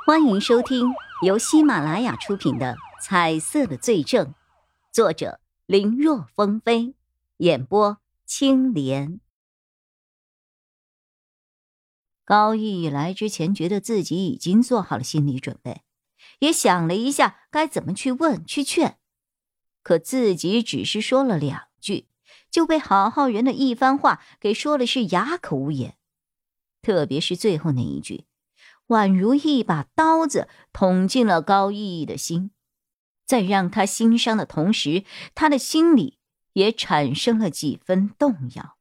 欢迎收听由喜马拉雅出品的《彩色的罪证》，作者林若风飞，演播青莲。高毅来之前觉得自己已经做好了心理准备，也想了一下该怎么去问去劝，可自己只是说了2句，就被郝浩然的一番话给说的是哑口无言。特别是最后那一句，宛如一把刀子捅进了高毅的心，在让他心伤的同时，他的心里也产生了几分动摇。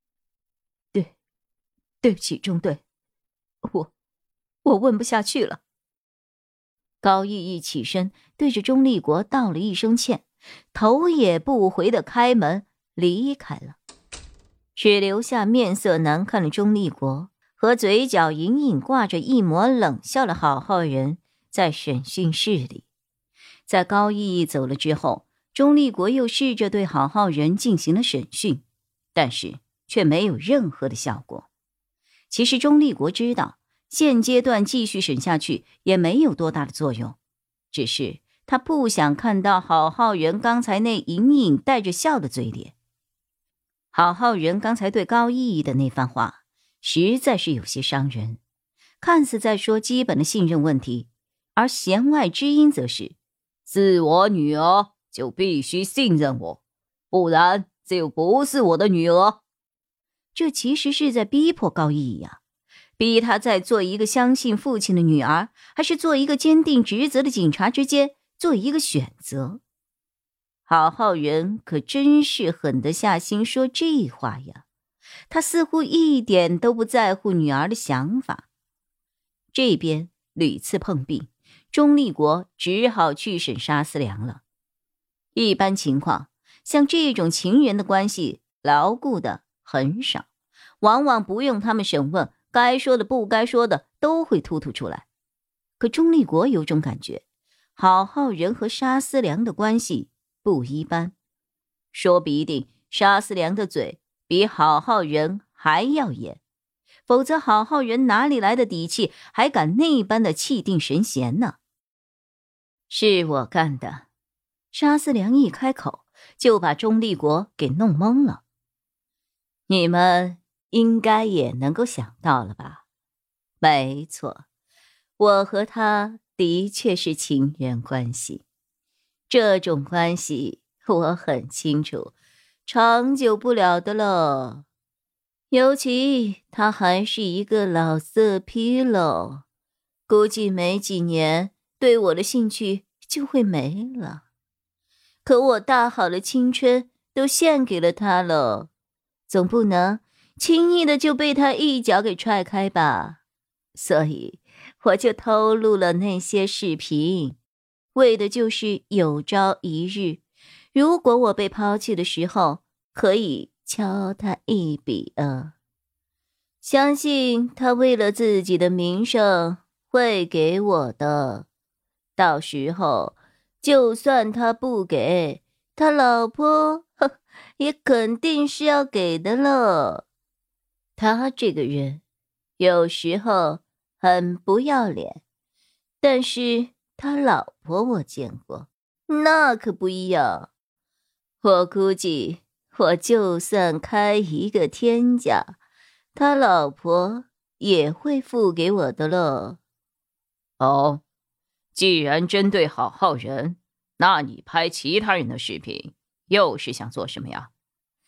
对不起中队，我问不下去了。高毅一起身，对着钟立国道了一声歉，头也不回地开门离开了，只留下面色难看的钟立国和嘴角隐隐挂着一抹冷笑的郝浩然在审讯室里。在高毅走了之后，钟立国又试着对郝浩然进行了审讯，但是却没有任何的效果。其实钟立国知道现阶段继续审下去也没有多大的作用，只是他不想看到郝浩然刚才那隐隐带着笑的嘴脸。郝浩然刚才对高毅的那番话实在是有些伤人，看似在说基本的信任问题，而弦外之音则是是我女儿就必须信任我，不然就不是我的女儿。这其实是在逼迫高毅呀，逼他在做一个相信父亲的女儿，还是做一个坚定职责的警察之间做一个选择。郝浩然可真是狠得下心说这话呀，他似乎一点都不在乎女儿的想法。这边屡次碰壁，钟立国只好去审沙思良了。一般情况，像这种情人的关系牢固的很少，往往不用他们审问，该说的不该说的都会突出来。可钟立国有种感觉，郝浩然和沙思良的关系不一般，说不定沙思良的嘴比郝浩然还要严，否则郝浩然哪里来的底气还敢那般的气定神闲呢？是我干的。沙思良一开口就把钟立国给弄懵了。你们应该也能够想到了吧？没错，我和他的确是情人关系。这种关系我很清楚，长久不了的了。尤其他还是一个老色批了，估计没几年对我的兴趣就会没了。可我大好的青春都献给了他了，总不能轻易的就被他一脚给踹开吧。所以我就偷录了那些视频，为的就是有朝一日，如果我被抛弃的时候，可以敲他一笔啊。相信他为了自己的名声会给我的，到时候就算他不给，他老婆也肯定是要给的了。他这个人有时候很不要脸，但是他老婆我见过，那可不一样。我估计我就算开一个天价，他老婆也会付给我的了。 哦，既然针对郝浩然，那你拍其他人的视频又是想做什么呀？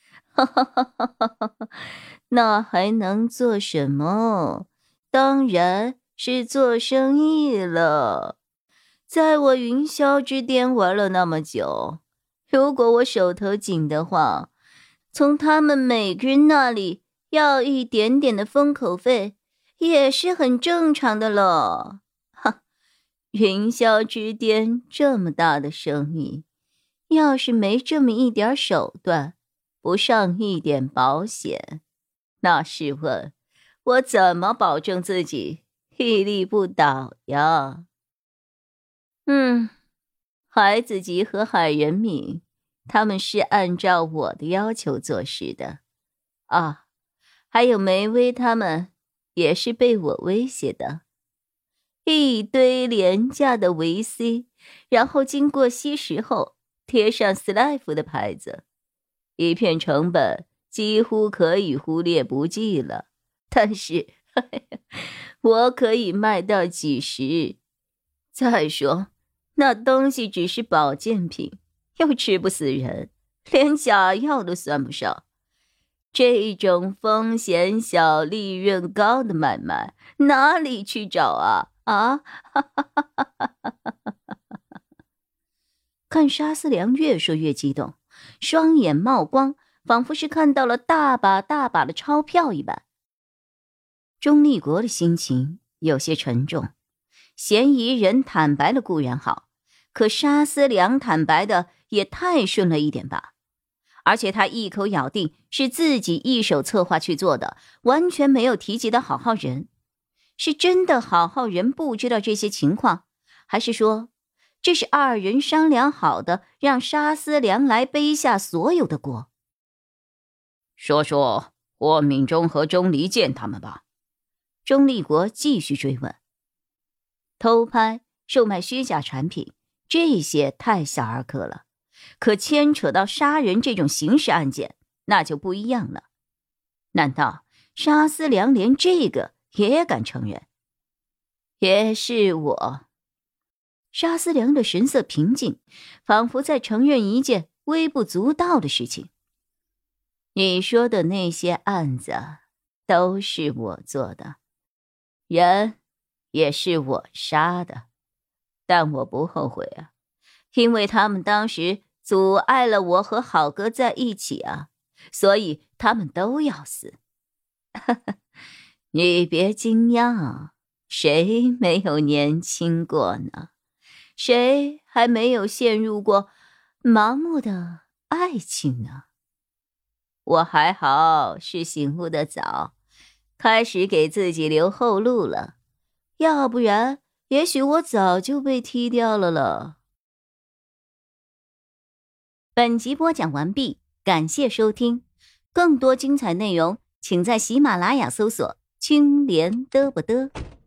那还能做什么？当然是做生意了。在我云霄之巅玩了那么久，如果我手头紧的话，从他们每个人那里要一点点的封口费也是很正常的了。云霄之巅这么大的生意，要是没这么一点手段，不上一点保险，那试问我怎么保证自己屹立不倒呀？海子吉和海仁敏他们是按照我的要求做事的啊，还有梅薇他们也是被我威胁的。 一堆廉价的维 C， 然后经过稀释后贴上 Slife 的牌子，一片成本几乎可以忽略不计了。但是我可以卖到几十。再说那东西只是保健品，又吃不死人，连假药都算不上。这种风险小利润高的买卖哪里去找啊？看沙思良越说越激动，双眼冒光，仿佛是看到了大把大把的钞票一般。钟立国的心情有些沉重，嫌疑人坦白了固然好，可沙思良坦白的也太顺了一点吧。而且他一口咬定是自己一手策划去做的，完全没有提及的好好人。是真的好好人不知道这些情况，还是说这是二人商量好的，让沙思良来背下所有的锅？ 说说霍敏忠和钟离健他们吧。 钟立国继续追问。偷拍、售卖虚假产品，这些太小儿科了，可牵扯到杀人这种刑事案件，那就不一样了。难道沙思良连这个也敢承认？也是我。沙思良的神色平静，仿佛在承认一件微不足道的事情。你说的那些案子都是我做的，人也是我杀的，但我不后悔啊，因为他们当时阻碍了我和好哥在一起啊，所以他们都要死。你别惊讶，谁没有年轻过呢？谁还没有陷入过盲目的爱情呢？我还好是醒悟得早，开始给自己留后路了，要不然也许我早就被踢掉了。本集播讲完毕，感谢收听，更多精彩内容请在喜马拉雅搜索青莲嘚不嘚。